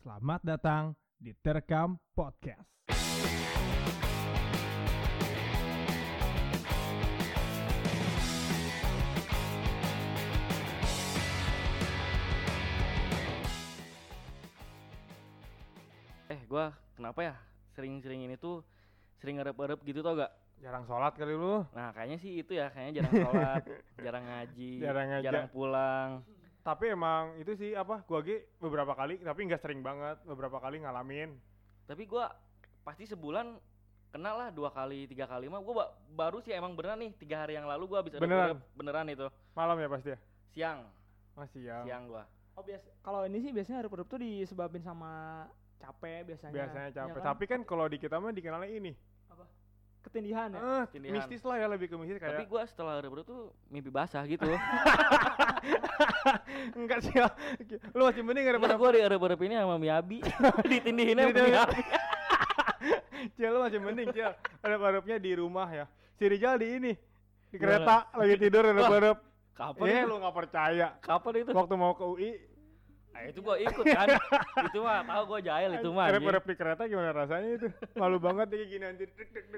Selamat datang di Terekam Podcast. Gua kenapa ya sering-sering ini tuh sering ngerep-ngerep gitu tau gak? Jarang sholat kali lu. Nah kayaknya sih itu ya, kayaknya jarang sholat, jarang ngaji, jarang pulang. Tapi emang itu sih gua beberapa kali, tapi nggak sering banget, beberapa kali ngalamin. Tapi gua pasti sebulan kena lah 2 kali 3 kali mah. Gua baru sih emang beneran nih 3 hari yang lalu gua habis beneran itu. Malam ya pasti ya? Siang. Siang Gua. Kalau ini sih biasanya hari-hari tuh disebabin sama capek biasanya capek, ya kan? Tapi kan kalau di kita mah dikenalnya ini Apa? Ketindihan ya? mistis lah ya, lebih ke mistis kayak. Tapi gua setelah hari tuh mimpi basah gitu. Enggak sih, lu masih mending Karena gua di hari ini sama Miyabi ditindihinnya sama Miyabi. Cil, lu masih mending Cil, harap-harapnya di rumah ya. Si Rijal di ini, di kereta lagi tidur harap-harap. Kapan lu gak percaya. Kapan itu? Waktu mau ke UI. Nah itu gua ikut kan. Itu mah tahu gua jahil itu mah. Harap-harap di kereta gimana rasanya itu? Malu banget kayak gini nanti.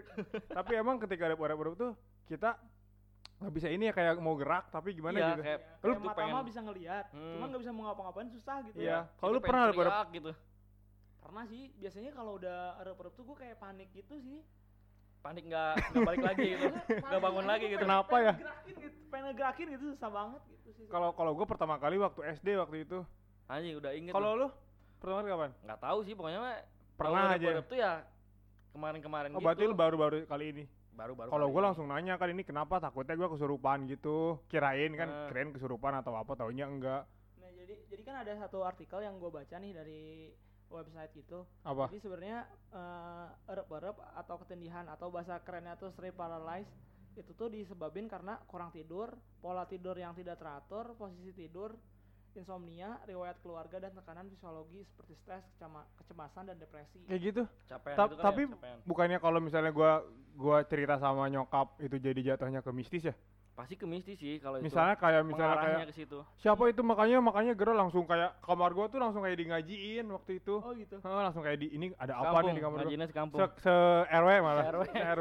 Tapi emang ketika harap-harap tuh kita nggak bisa ini ya, kayak mau gerak tapi gimana gitu. Kayak Lu tuh mata mah bisa ngelihat, cuman nggak bisa mau ngapa-ngapain, susah gitu. Iya. Kalau lu pernah harap-harap gitu? Pernah sih. Biasanya kalau udah harap-harap tuh gua kayak panik gitu sih. Panik nggak balik lagi gitu, nggak bangun lagi gitu. Kenapa ya? Pengen ngegerakin gitu susah banget gitu sih. Kalau gue pertama kali waktu SD waktu itu. Anjing udah inget. Kalau lu pertama kali kapan? Nggak tahu sih, pokoknya mah Pernah aja. Harap tuh ya kemarin-kemarin gitu. Berarti lu baru-baru kali ini. Baru. Kalau gue langsung nanya kan, ini kenapa, takutnya gue kesurupan gitu. Kirain kesurupan atau apa, taunya enggak. Nah jadi kan ada satu artikel yang gue baca nih dari website gitu. Apa? Jadi sebenarnya erep-erep atau ketindihan atau bahasa kerennya tuh sleep paralysis itu tuh disebabin karena kurang tidur, pola tidur yang tidak teratur, posisi tidur, insomnia, riwayat keluarga, dan tekanan fisiologi seperti stres, kecemasan, dan depresi. Kayak gitu. Capean gitu kan Tapi ya, bukannya kalau misalnya gua cerita sama nyokap itu jadi jatuhnya ke mistis ya? pasti ke mistis sih kalau itu. Misalnya kayak ke situ. Siapa itu, makanya Gero langsung kayak kamar gua tuh langsung kayak di ngajiin waktu itu. Oh gitu. Langsung kayak di ini ada apa nih di kamar gua. Ngajiinnya sekampung. Se RW malah. RW.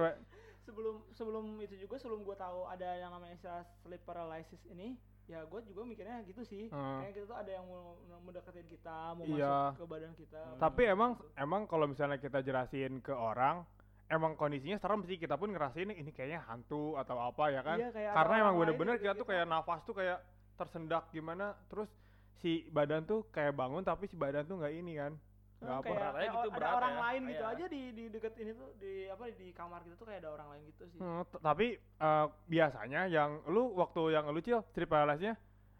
Sebelum itu juga, sebelum gua tahu ada yang namanya sleep paralysis ini, ya gue juga mikirnya gitu sih. Kayak kita tuh ada yang mau mendekatin kita, mau masuk ke badan kita. Tapi emang kalau misalnya kita jelasin ke orang, emang kondisinya serem sih, kita pun ngerasain ini kayaknya hantu atau apa ya kan. Iya, karena emang bener-bener kita tuh kayak nafas tuh kayak tersendak gimana, terus si badan tuh kayak bangun tapi si badan tuh nggak ini kan. Nggak kayak gitu, ada orang ya. lain gitu aja di deket ini tuh, di kamar kita tuh kayak ada orang lain gitu sih. Tapi biasanya yang lu Cil sleep paralysis-nya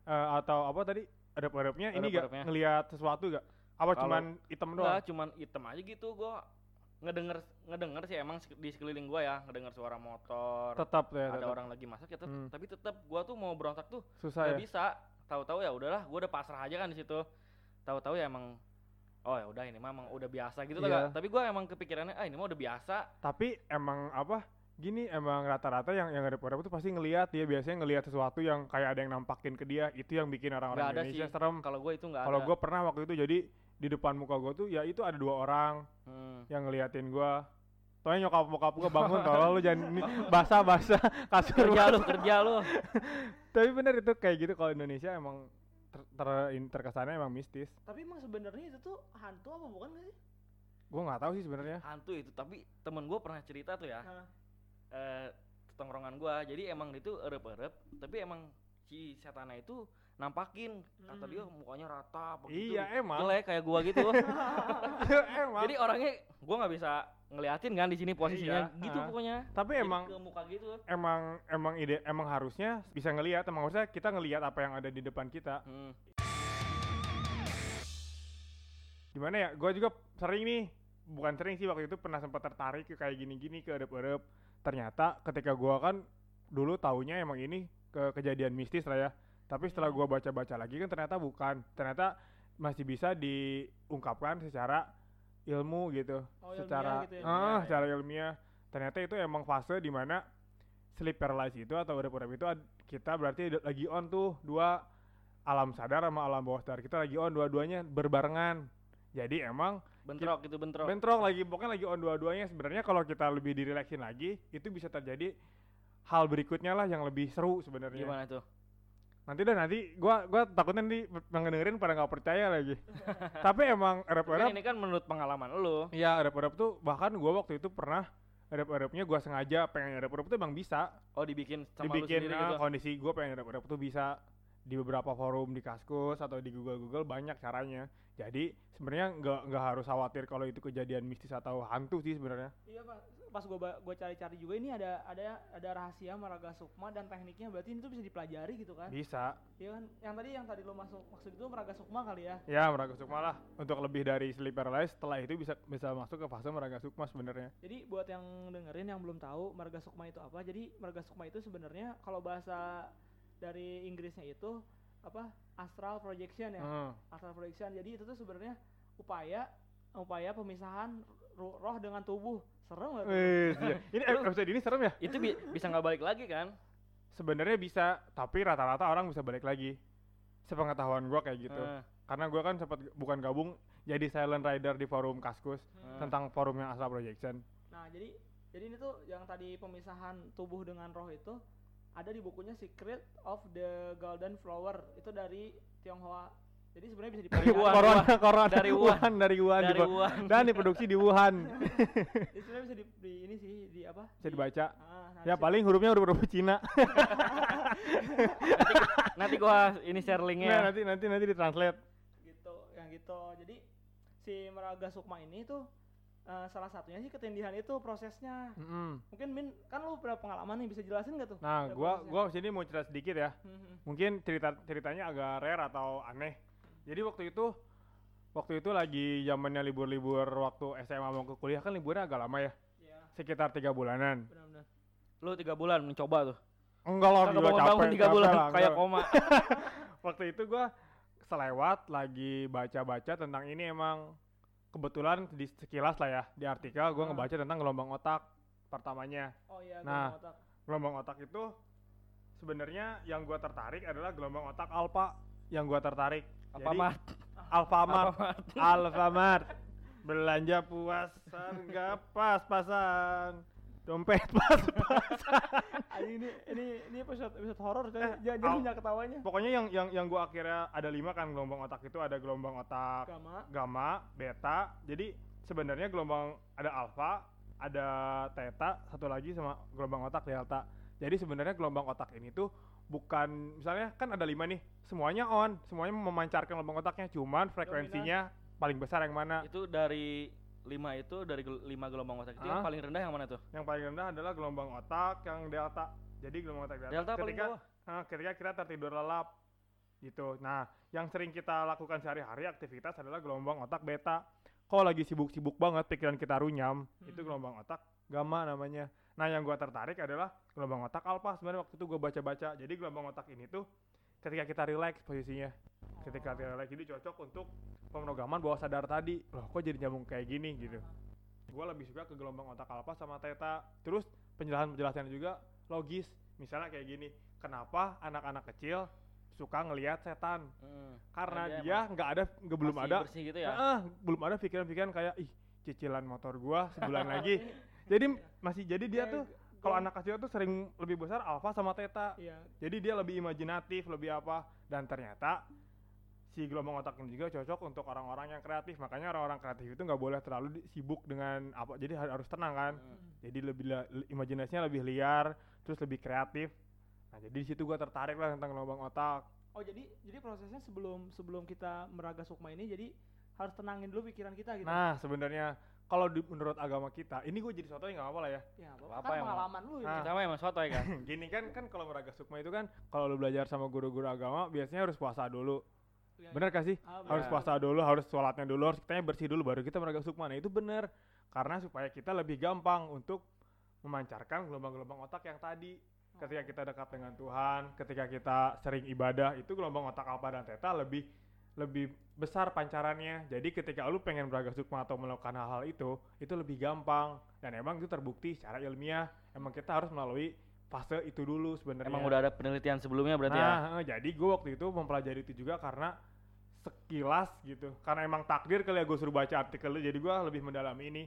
atau apa tadi, erep-erepnya ini gak ngelihat sesuatu gak? Apa cuman hitam doang? Enggak, cuman hitam aja gitu. Gua ngedenger sih emang di sekeliling gua ya, ngedenger suara motor. Tetap ya. Ada orang lagi masak ya, tapi tetap gua tuh mau berontak tuh susah ya. Bisa. Tahu-tahu ya udahlah, gua udah pasrah aja kan di situ. Tahu-tahu ya emang oh ya udah, ini mah emang udah biasa gitu tuh gak? Tapi gua emang kepikirannya ini mah udah biasa. Tapi emang gini, emang rata-rata yang ngerep-ngerep itu pasti ngelihat, dia biasanya ngelihat sesuatu yang kayak ada yang nampakin ke dia. Itu yang bikin orang-orang Indonesia serem. Kalau gue itu nggak ada. Kalau gue pernah waktu itu, jadi di depan muka gue tuh ya itu ada 2 orang yang ngeliatin gue. Soalnya nyokap gue bangun, tolong lu jangan ini basah kasur. Kerja lu. Tapi bener itu kayak gitu, kalau Indonesia emang terkesannya emang mistis. Tapi emang sebenarnya itu tuh hantu apa bukan gak sih? Gue nggak tahu sih sebenarnya. Hantu itu, tapi temen gue pernah cerita tuh ya. Tongkrongan gua, jadi emang itu erep-erep, tapi emang si setannya itu nampakin, kata dia mukanya rata begitu. Iya emang. Jelek kayak gua gitu. Emang. Jadi orangnya gua nggak bisa ngeliatin kan di sini posisinya gitu pokoknya. Tapi jadi emang ke muka gitu. Emang harusnya bisa ngelihat, emang harusnya kita ngelihat apa yang ada di depan kita. Gimana ya? Gua juga bukan sering sih, waktu itu pernah sempat tertarik ke kayak gini-gini, ke erep-erep. Ternyata ketika gua kan dulu taunya emang ini kejadian mistis lah ya. Tapi setelah gua baca-baca lagi kan ternyata bukan. Ternyata masih bisa diungkapkan secara ilmu gitu. Secara ilmiah. Ternyata itu emang fase di mana sleep paralysis itu atau erep-erep itu kita berarti lagi on tuh 2 alam sadar sama alam bawah sadar. Kita lagi on dua-duanya berbarengan. Jadi emang Bentrok itu bentrok. bentrok lagi, pokoknya lagi on dua-duanya. Sebenarnya kalau kita lebih dirileksin lagi, itu bisa terjadi hal berikutnya lah yang lebih seru sebenarnya. Gimana tuh? Nanti gua takutnya nih ngedengerin pada nggak percaya lagi. Tapi emang Tapi ini kan menurut pengalaman lu. iya, Arab tuh bahkan gua waktu itu pernah Arab-nya gua sengaja pengen Arab tuh emang bisa. Oh, dibikin sama lu Dibikin sendiri gitu. kondisi gua pengen Arab tuh bisa di beberapa forum di Kaskus atau di Google banyak caranya. Jadi sebenarnya nggak harus khawatir kalau itu kejadian mistis atau hantu sih sebenarnya. Iya Pak, pas gua cari-cari juga ini ada rahasia Maraga Sukma dan tekniknya, berarti ini tuh bisa dipelajari gitu kan? Bisa. Iya kan? Yang tadi lo maksud itu Maraga Sukma kali ya? Ya, Meraga Sukma lah. Untuk lebih dari sleep paralysis, setelah itu bisa masuk ke fase Meraga Sukma sebenarnya. Jadi buat yang dengerin yang belum tahu Maraga Sukma itu apa, jadi Maraga Sukma itu sebenarnya kalau bahasa dari Inggrisnya itu apa? Astral projection ya. Astral projection. Jadi itu tuh sebenarnya upaya pemisahan roh dengan tubuh. Serem gak tuh? Ini episode ini serem ya? Itu bisa nggak balik lagi kan? Sebenarnya bisa, tapi rata-rata orang bisa balik lagi. Sepengetahuan gua kayak gitu. Karena gua kan sempat bukan gabung jadi silent rider di forum Kaskus tentang forum yang Astral Projection. Nah, jadi ini tuh yang tadi pemisahan tubuh dengan roh itu ada di bukunya Secret of the Golden Flower. Itu dari Tionghoa. Jadi sebenarnya bisa dipelajari. Corona Dari Wuhan. Dari Wuhan. Dan diproduksi di Wuhan. Itu sebenarnya bisa di ini sih, di apa? Bisa dibaca. Nah, Ya paling hurufnya huruf Cina. Nanti gua ini share linknya. Nah, nanti ditranslate. Gitu, yang gitu. Jadi si Meraga Sukma ini tuh salah satunya sih ketindihan itu prosesnya. Mungkin Min, kan lu pernah pengalaman nih, bisa jelasin nggak tuh? Nah, gua sini mau cerita sedikit ya. Mungkin ceritanya agak rare atau aneh. Jadi waktu itu lagi zamannya libur-libur waktu SMA mau ke kuliah, kan liburnya agak lama ya. Iya. Sekitar 3 bulanan. Benar-benar. Lu 3 bulan mencoba tuh. Enggak lah, gila capek. 3 bulan lah, kayak enggak. koma. Waktu itu gua selewat lagi baca-baca tentang ini, emang kebetulan di sekilas lah ya di artikel gua ngebaca tentang gelombang otak pertamanya. Oh iya, Nah, gelombang otak. Gelombang otak itu sebenarnya yang gua tertarik adalah gelombang otak alfa yang gua tertarik. Alfamart. Alfamart. Belanja puasan enggak pas-pasan. Dompet pas-pasan. Ini episode horor coy. Jangan banyak ketawanya. Pokoknya yang gua akhirnya ada 5 kan gelombang otak itu, ada gelombang otak gamma, beta. Jadi sebenarnya gelombang ada alfa, ada theta, satu lagi sama gelombang otak delta. Jadi sebenarnya gelombang otak ini tuh bukan, misalnya kan ada 5 nih, semuanya on, semuanya memancarkan gelombang otaknya, cuman frekuensinya paling besar yang mana? Itu dari 5 itu, dari 5 gelombang otak itu yang paling rendah yang mana tuh? Yang paling rendah adalah gelombang otak yang delta. Jadi gelombang otak delta Paling bawah. Ketika kita tertidur lelap gitu. Nah, yang sering kita lakukan sehari-hari aktivitas adalah gelombang otak beta. Kalau lagi sibuk-sibuk banget, pikiran kita runyam, itu gelombang otak gamma namanya. Nah, yang gua tertarik adalah gelombang otak alfa. Sebenarnya waktu itu gua baca-baca. Jadi gelombang otak ini tuh ketika kita relax posisinya. Ketika kita relax, jadi cocok untuk pemrograman bawah sadar tadi. Loh, kok jadi nyambung kayak gini gitu. Gua lebih suka ke gelombang otak alfa sama theta. Terus penjelasannya juga logis. Misalnya kayak gini, kenapa anak-anak kecil suka ngelihat setan? Karena dia belum ada bersih gitu ya? belum ada pikiran-pikiran kayak cicilan motor gua sebulan lagi. Jadi dia tuh kalau anak kecil tuh sering lebih besar alfa sama theta. Iya. Jadi dia lebih imajinatif, lebih apa, dan ternyata si gelombang otak ini juga cocok untuk orang-orang yang kreatif. Makanya orang-orang kreatif itu nggak boleh terlalu sibuk dengan apa, jadi harus tenang kan. Jadi imajinasinya lebih liar, terus lebih kreatif. Nah, jadi di situ gua tertarik lah tentang gelombang otak. Oh, jadi prosesnya sebelum kita meraga sukma ini, jadi harus tenangin dulu pikiran kita gitu. Nah, sebenarnya kalau menurut agama kita, ini gue jadi sotoy nggak apa lah ya. Ya, apa kan emang? pengalaman lu ya. Kita emang sotoy kan? Gini kan kalau meraga sukma itu kan kalau lu belajar sama guru-guru agama biasanya harus puasa dulu. Ya, Bener gak sih? Harus bener. puasa dulu, harus sholatnya dulu, harus kitanya bersih dulu baru kita meraga sukma. Nah, itu bener. Karena supaya kita lebih gampang untuk memancarkan gelombang-gelombang otak yang tadi. Ketika kita dekat dengan Tuhan, ketika kita sering ibadah, itu gelombang otak alfa dan theta lebih besar pancarannya. Jadi ketika lu pengen meraga sukma atau melakukan hal-hal itu lebih gampang. Dan emang itu terbukti secara ilmiah. Emang kita harus melalui fase itu dulu sebenarnya. Emang udah ada penelitian sebelumnya berarti ya? Nah, jadi gue waktu itu mempelajari itu juga karena sekilas gitu. Karena emang takdir kali ya gue suruh baca artikel lu, jadi gue lebih mendalami ini.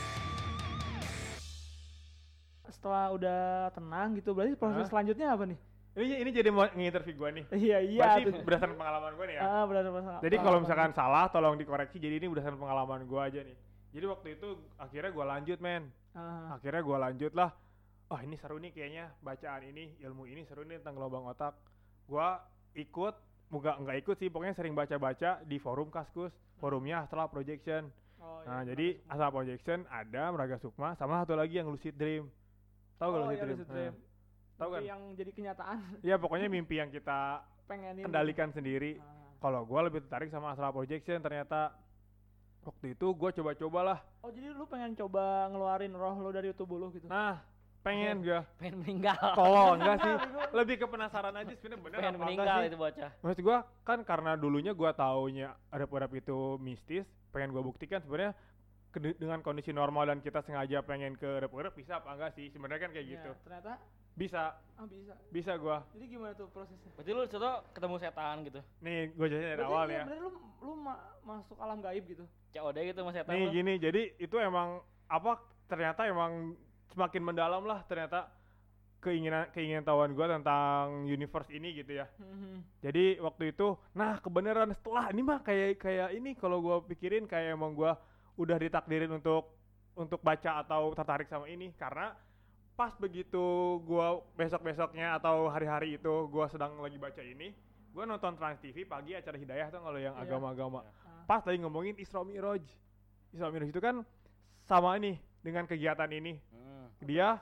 Setelah udah tenang gitu, berarti proses selanjutnya apa nih? Ini jadi mau nge-interview gue nih. Iya. Berarti berdasarkan pengalaman gue nih ya. Berdasarkan Jadi kalau misalkan salah tolong dikoreksi, jadi ini berdasarkan pengalaman gue aja nih. Jadi waktu itu akhirnya gue lanjut Akhirnya gue lanjut lah. Oh ini seru nih kayaknya, bacaan ini, ilmu ini seru nih tentang gelombang otak. Gue ikut, enggak ikut sih, pokoknya sering baca-baca di forum Kaskus. Forumnya Astral Projection. Jadi Astral Projection ada Meraga Sukma sama satu lagi yang Lucid Dream. Tahu gak Lucid Dream? Tahu kan? Yang jadi kenyataan. Iya pokoknya mimpi yang kita pengenin kendalikan sendiri. Kalau gue lebih tertarik sama Astral Projection ternyata. Waktu itu gue coba-cobalah. Oh jadi lu pengen coba ngeluarin roh lu dari tubuh lu gitu? Nah pengen gue. Pengen meninggal. Tolong enggak sih. Lebih ke penasaran aja sebenarnya bener Pengen apa meninggal sih? itu bocah. Maksud gue kan karena dulunya gue taunya Erep-Erep itu mistis. Pengen gue buktikan sebenarnya dengan kondisi normal dan kita sengaja pengen ke Erep-Erep bisa apa enggak sih? Sebenarnya kan kayak gitu. Ternyata bisa. Bisa gue. Jadi gimana tuh prosesnya? Berarti lu contoh ketemu setan gitu. Nih gue jelasin dari awal ya. Berarti lu masuk alam gaib gitu? COD gitu sama setan Nih lu. gini, jadi itu emang ternyata emang semakin mendalam lah ternyata keinginan tahuan gue tentang universe ini gitu ya. Jadi waktu itu, nah kebenaran setelah ini mah kayak ini kalau gue pikirin kayak emang gue udah ditakdirin untuk baca atau tertarik sama ini karena pas begitu gue besoknya atau hari-hari itu gue sedang lagi baca ini, gue nonton Trans TV pagi acara Hidayah tuh kalau yang agama-agama. Pas lagi ngomongin Isra Mi'raj. Isra Mi'raj itu kan sama nih dengan kegiatan ini. Dia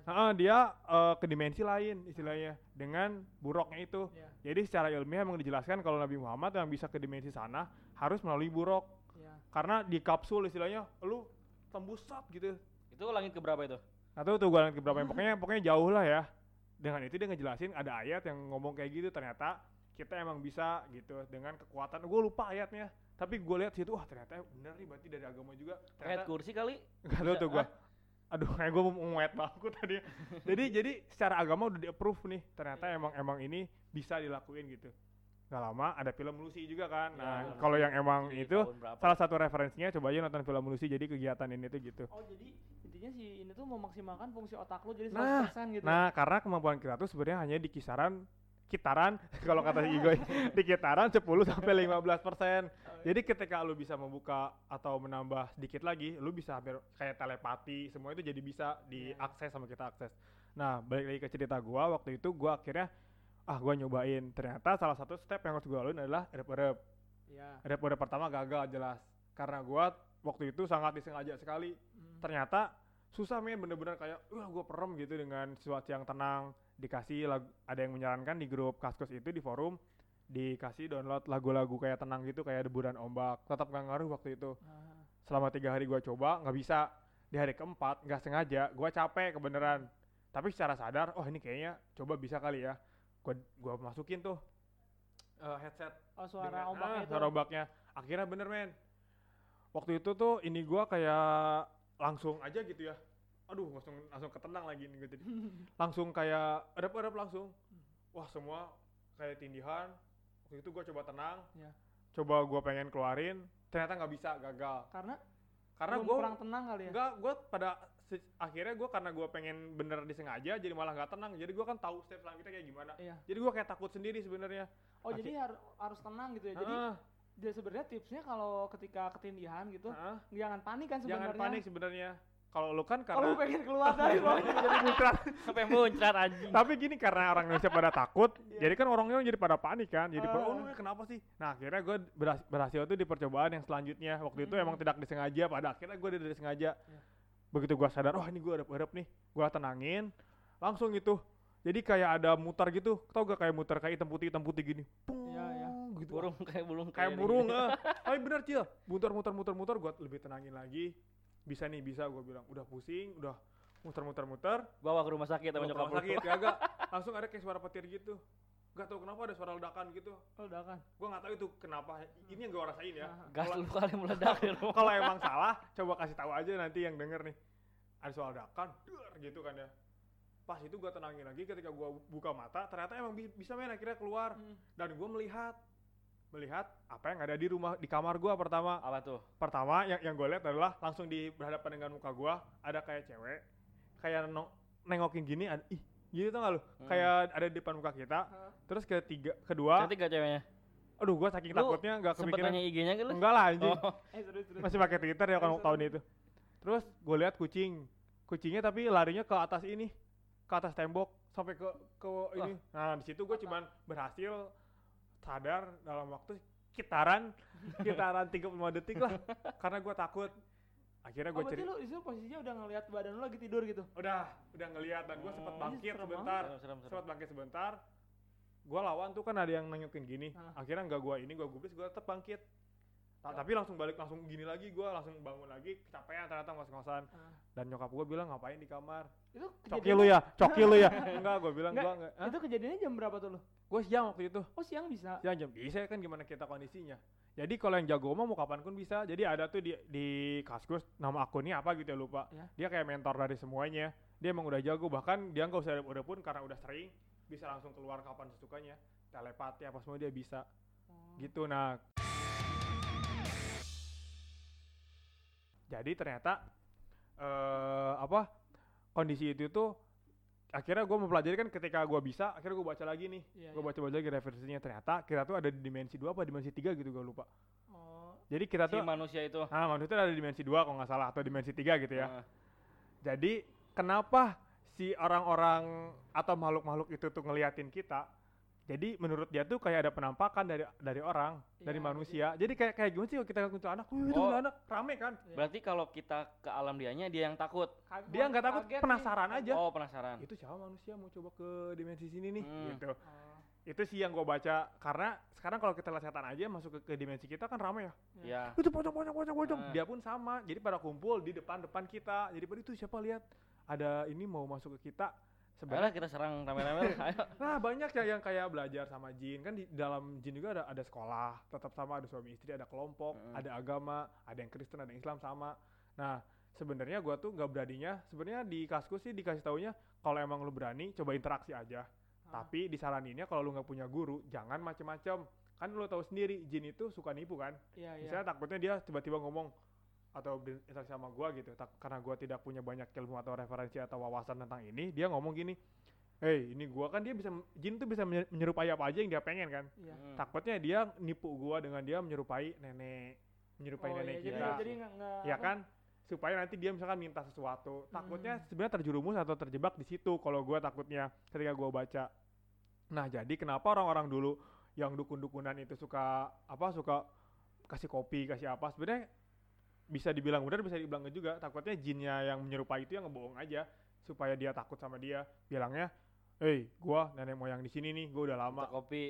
ke dimensi lain istilahnya dengan buruknya itu. Jadi secara ilmiah emang dijelaskan kalau Nabi Muhammad yang bisa ke dimensi sana harus melalui buruk. Karena di kapsul istilahnya lu tembus gitu. Itu langit keberapa itu? Atau tuh gue langit keberapa pokoknya jauh lah ya. Dengan itu dia ngejelasin ada ayat yang ngomong kayak gitu, ternyata kita emang bisa gitu dengan kekuatan. Gue lupa ayatnya. Tapi gue lihat situ, wah ternyata bener nih berarti dari agama juga. Ayat kursi kali? Gak tau tuh gue. Aduh kayak gue mau ngeliat bangku tadi. Jadi secara agama udah di-approve nih. Ternyata emang ini bisa dilakuin gitu. Gak lama ada film Lucy juga kan. Nah kalau yang emang itu salah satu referensinya coba aja nonton film Lucy, jadi kegiatan ini tuh gitu. Oh jadi intinya si ini tuh memaksimalkan fungsi otak lu jadi 100% gitu. Nah karena kemampuan kita tuh sebenarnya hanya di kitaran kalau kata Igoy di kitaran 10-15%. Jadi ketika lu bisa membuka atau menambah sedikit lagi, lu bisa hampir kayak telepati, semua itu jadi bisa diakses sama kita akses. Nah balik lagi ke cerita gua, waktu itu gua akhirnya gua nyobain. Ternyata salah satu step yang harus gua laluin adalah Erep-Erep. Erep-Erep pertama gagal jelas karena gua waktu itu sangat disengaja sekali. Ternyata susah men, bener-bener kayak gua perem gitu dengan sesuatu yang tenang. Dikasih ada yang menyarankan di grup Kaskus itu di forum, dikasih download lagu-lagu kayak tenang gitu, kayak Deburan Ombak. Tetap gak ngaruh waktu itu. Selama 3 hari gua coba gak bisa. Di hari keempat gak sengaja gua capek kebeneran, tapi secara sadar ini kayaknya coba bisa kali ya. Gua masukin tuh headset suara ombaknya itu. Suara ombaknya. Akhirnya bener men. Waktu itu tuh ini gua kayak langsung aja gitu ya. Aduh langsung ketenang lagi nih gitu. Langsung kayak Erep-Erep langsung. Wah semua kayak tindihan. Waktu itu gua coba tenang. Coba gua pengen keluarin, ternyata nggak bisa, gagal. Karena gua kurang tenang kali ya. Enggak, gua akhirnya gue karena gue pengen bener disengaja jadi malah nggak tenang, jadi gue kan tahu step selanjutnya kayak gimana. Jadi gue kayak takut sendiri sebenarnya. Jadi harus tenang gitu ya. Jadi sebenarnya tipsnya kalau ketika ketindihan gitu jangan panik kan sebenarnya. Jangan panik sebenarnya. Kalau lu kan karena kalau pengen keluar dari bawahnya jadi muncrat. Sampai muncrat anjing. Tapi gini karena orang Indonesia pada takut, jadi kan orangnya jadi pada panik kan. Jadi kenapa sih? Nah, akhirnya gue berhasil tuh di percobaan yang selanjutnya. Waktu itu emang tidak disengaja, pada akhirnya gue udah disengaja. Begitu gue sadar, ini gue Erep-Erep nih, gue tenangin, langsung gitu. Jadi kayak ada mutar gitu, tau gak kayak mutar kayak hitam putih gini, pung, gitu. Kayak burung, tapi bener Cil, muter, gue lebih tenangin lagi. Bisa gue bilang, udah pusing, udah muter, bawa ke rumah sakit sama nyokap lu. Sakit, kagak, langsung ada kayak suara petir gitu. Gak tau kenapa ada suara ledakan gitu. Ledakan? Gue gak tahu itu kenapa, ini yang gue rasain ya. Gas lu kali meledak di rumah. Kalau emang salah, coba kasih tahu aja nanti yang denger nih. Ada suara ledakan, gitu kan ya. Pas itu gue tenangin lagi, ketika gue buka mata, ternyata emang bisa main akhirnya keluar. Dan gue melihat, melihat apa yang ada di kamar gua pertama. Apa tuh? Pertama yang gue lihat adalah langsung di berhadapan dengan muka gua ada kayak cewek kayak nengokin gini ih gitu tau gak lu? Kayak ada di depan muka kita. Terus kedua Cantik gak ceweknya? aduh gua saking takutnya nggak Sempet kepikiran. nanya IG-nya kan lu? Enggak lah anjing. Terus. Masih pakai Twitter ya kalau tahun itu. Terus gue lihat kucingnya tapi larinya ke atas tembok sampai ke ini. Nah di situ gue cuman berhasil sadar dalam waktu sekitaran 35 detik lah karena gue takut. Akhirnya gue berarti lu itu posisinya udah ngelihat badan lu lagi tidur gitu? udah ngelihat dan gue sempat bangkit sebentar. Sempat bangkit sebentar. Gue lawan tuh kan ada yang nengokin gini. Akhirnya gue gubris, gue tetap bangkit. Tapi langsung gini lagi, gue langsung bangun lagi, kecapean ternyata ngos-ngosan. Dan nyokap gue bilang ngapain di kamar? Itu Coki lu ya? Enggak, gue bilang gue enggak. Itu kejadiannya jam berapa tuh lu? Gue siang waktu itu. Oh siang bisa? Siang jam bisa kan gimana kita kondisinya. Jadi kalau yang jago mah mau kapan pun bisa. Jadi ada tuh di Kaskus, nama akunnya apa gitu ya lupa. Ya. Dia kayak mentor dari semuanya. Dia emang udah jago, bahkan dia nggak usah udah pun karena udah sering bisa langsung keluar kapan sesukanya. Telepati apa semua dia bisa. Gitu nah. Jadi ternyata kondisi itu tuh akhirnya gue mempelajari kan ketika gue bisa, akhirnya gue baca lagi nih. Gue baca lagi referensinya, ternyata kita tuh ada di dimensi 2 apa dimensi 3 gitu, gue lupa. Jadi kita tuh manusia itu. Manusia itu ada di dimensi 2 kalau nggak salah atau dimensi 3 gitu ya. Jadi kenapa si orang-orang atau makhluk-makhluk itu tuh ngeliatin kita? Jadi menurut dia tuh kayak ada penampakan dari orang, dari manusia. Jadi kayak gimana sih kalau kita kuntul anak? Itu anak rame kan? Berarti kalau kita ke alam dianya dia yang takut. Dia nggak takut, penasaran aja. Oh, penasaran. Itu siapa manusia mau coba ke dimensi sini nih gitu. Itu sih yang gue baca karena sekarang kalau kita lihat setan aja masuk ke dimensi kita kan rame ya. Iya. Itu pocong. Dia pun sama. Jadi pada kumpul di depan kita. Jadi pada itu siapa lihat ada ini mau masuk ke kita. Sebenarnya kita serang rame-rame. Nah banyak ya yang kayak belajar sama jin kan di dalam jin juga ada sekolah tetap sama, ada suami istri, ada kelompok, ada agama, ada yang Kristen, ada yang Islam sama. Nah sebenarnya gua tuh nggak beraninya sebenarnya di Kaskus sih dikasih taunya kalau emang lu berani coba interaksi aja. Tapi disaraninnya kalau lu nggak punya guru jangan macem-macem. Kan lu tahu sendiri jin itu suka nipu kan. Misalnya takutnya dia tiba-tiba ngomong atau berinteraksi sama gue gitu, karena gue tidak punya banyak ilmu atau referensi atau wawasan tentang ini, dia ngomong gini, ini gue kan dia bisa, jin tuh bisa menyerupai apa aja yang dia pengen kan. Takutnya dia nipu gue dengan dia menyerupai nenek kita, jadi ya kan, supaya nanti dia misalkan minta sesuatu. Takutnya sebenarnya terjerumus atau terjebak di situ kalau gue takutnya ketika gue baca. Nah jadi kenapa orang-orang dulu yang dukun-dukunan itu suka kasih kopi, kasih apa, sebenarnya bisa dibilang benar, bisa dibilang enggak juga. Takutnya jinnya yang menyerupai itu yang ngebohong aja supaya dia takut sama dia. Bilangnya, gua nenek moyang di sini nih, gua udah lama. Kopi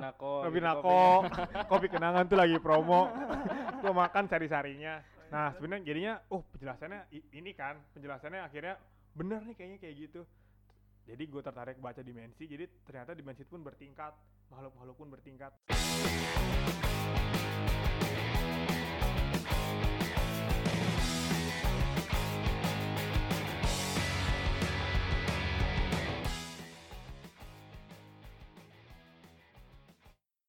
nako, kopi kenangan tuh lagi promo. Gua makan sari-sarinya. Nah sebenarnya jadinya, penjelasannya ini kan, penjelasannya akhirnya bener nih kayaknya kayak gitu. Jadi gue tertarik baca dimensi. Jadi ternyata dimensi pun bertingkat, makhluk-makhluk pun bertingkat.